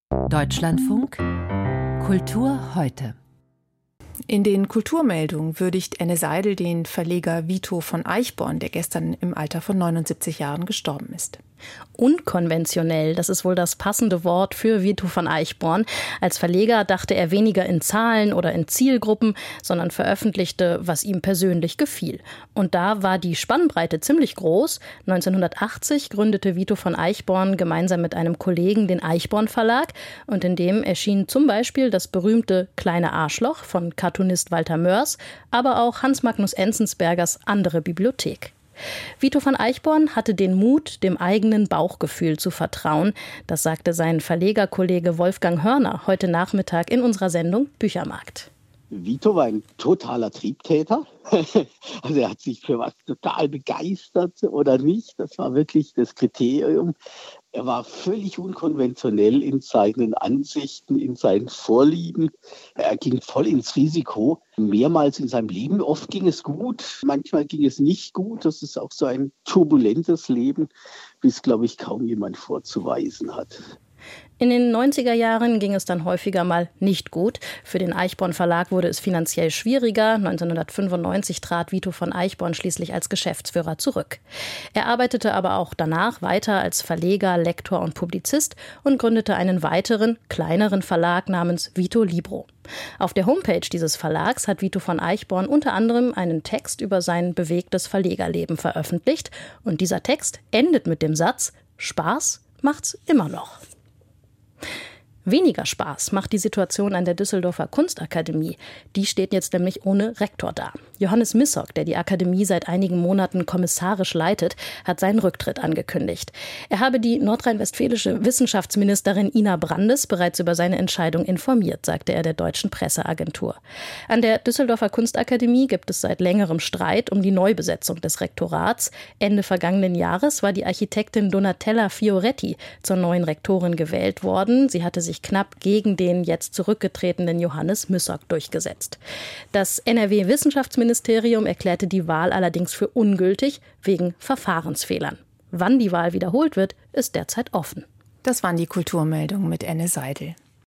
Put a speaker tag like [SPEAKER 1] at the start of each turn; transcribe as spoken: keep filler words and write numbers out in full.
[SPEAKER 1] Deutschlandfunk Kultur heute.
[SPEAKER 2] In den Kulturmeldungen würdigt Enne Seidel den Verleger Vito von Eichborn, der gestern im Alter von neunundsiebzig Jahren gestorben ist.
[SPEAKER 3] Unkonventionell, das ist wohl das passende Wort für Vito von Eichborn. Als Verleger dachte er weniger in Zahlen oder in Zielgruppen, sondern veröffentlichte, was ihm persönlich gefiel. Und da war die Spannbreite ziemlich groß. neunzehnhundertachtzig gründete Vito von Eichborn gemeinsam mit einem Kollegen den Eichborn Verlag und in dem erschien zum Beispiel das berühmte Kleine Arschloch von Cartoonist Walter Mörs, aber auch Hans Magnus Enzensbergers Andere Bibliothek. Vito von Eichborn hatte den Mut, dem eigenen Bauchgefühl zu vertrauen. Das sagte sein Verlegerkollege Wolfgang Hörner heute Nachmittag in unserer Sendung Büchermarkt.
[SPEAKER 4] Vito war ein totaler Triebtäter. Also er hat sich für was total begeistert oder nicht. Das war wirklich das Kriterium. Er war völlig unkonventionell in seinen Ansichten, in seinen Vorlieben. Er ging voll ins Risiko. Mehrmals in seinem Leben. Oft ging es gut, manchmal ging es nicht gut. Das ist auch so ein turbulentes Leben, wie es, glaube ich, kaum jemand vorzuweisen hat.
[SPEAKER 3] In den neunziger Jahren ging es dann häufiger mal nicht gut. Für den Eichborn Verlag wurde es finanziell schwieriger. neunzehnhundertfünfundneunzig trat Vito von Eichborn schließlich als Geschäftsführer zurück. Er arbeitete aber auch danach weiter als Verleger, Lektor und Publizist und gründete einen weiteren, kleineren Verlag namens Vito Libro. Auf der Homepage dieses Verlags hat Vito von Eichborn unter anderem einen Text über sein bewegtes Verlegerleben veröffentlicht. Und dieser Text endet mit dem Satz: Spaß macht's immer noch. Weniger Spaß macht die Situation an der Düsseldorfer Kunstakademie. Die steht jetzt nämlich ohne Rektor da. Johannes Missock, der die Akademie seit einigen Monaten kommissarisch leitet, hat seinen Rücktritt angekündigt. Er habe die nordrhein-westfälische Wissenschaftsministerin Ina Brandes bereits über seine Entscheidung informiert, sagte er der deutschen Presseagentur. An der Düsseldorfer Kunstakademie gibt es seit längerem Streit um die Neubesetzung des Rektorats. Ende vergangenen Jahres war die Architektin Donatella Fioretti zur neuen Rektorin gewählt worden. Sie hatte sich knapp gegen den jetzt zurückgetretenen Johannes Missock durchgesetzt. Das N R W-Wissenschaftsministerium erklärte die Wahl allerdings für ungültig wegen Verfahrensfehlern. Wann die Wahl wiederholt wird, ist derzeit offen.
[SPEAKER 2] Das waren die Kulturmeldungen mit Enne Seidel.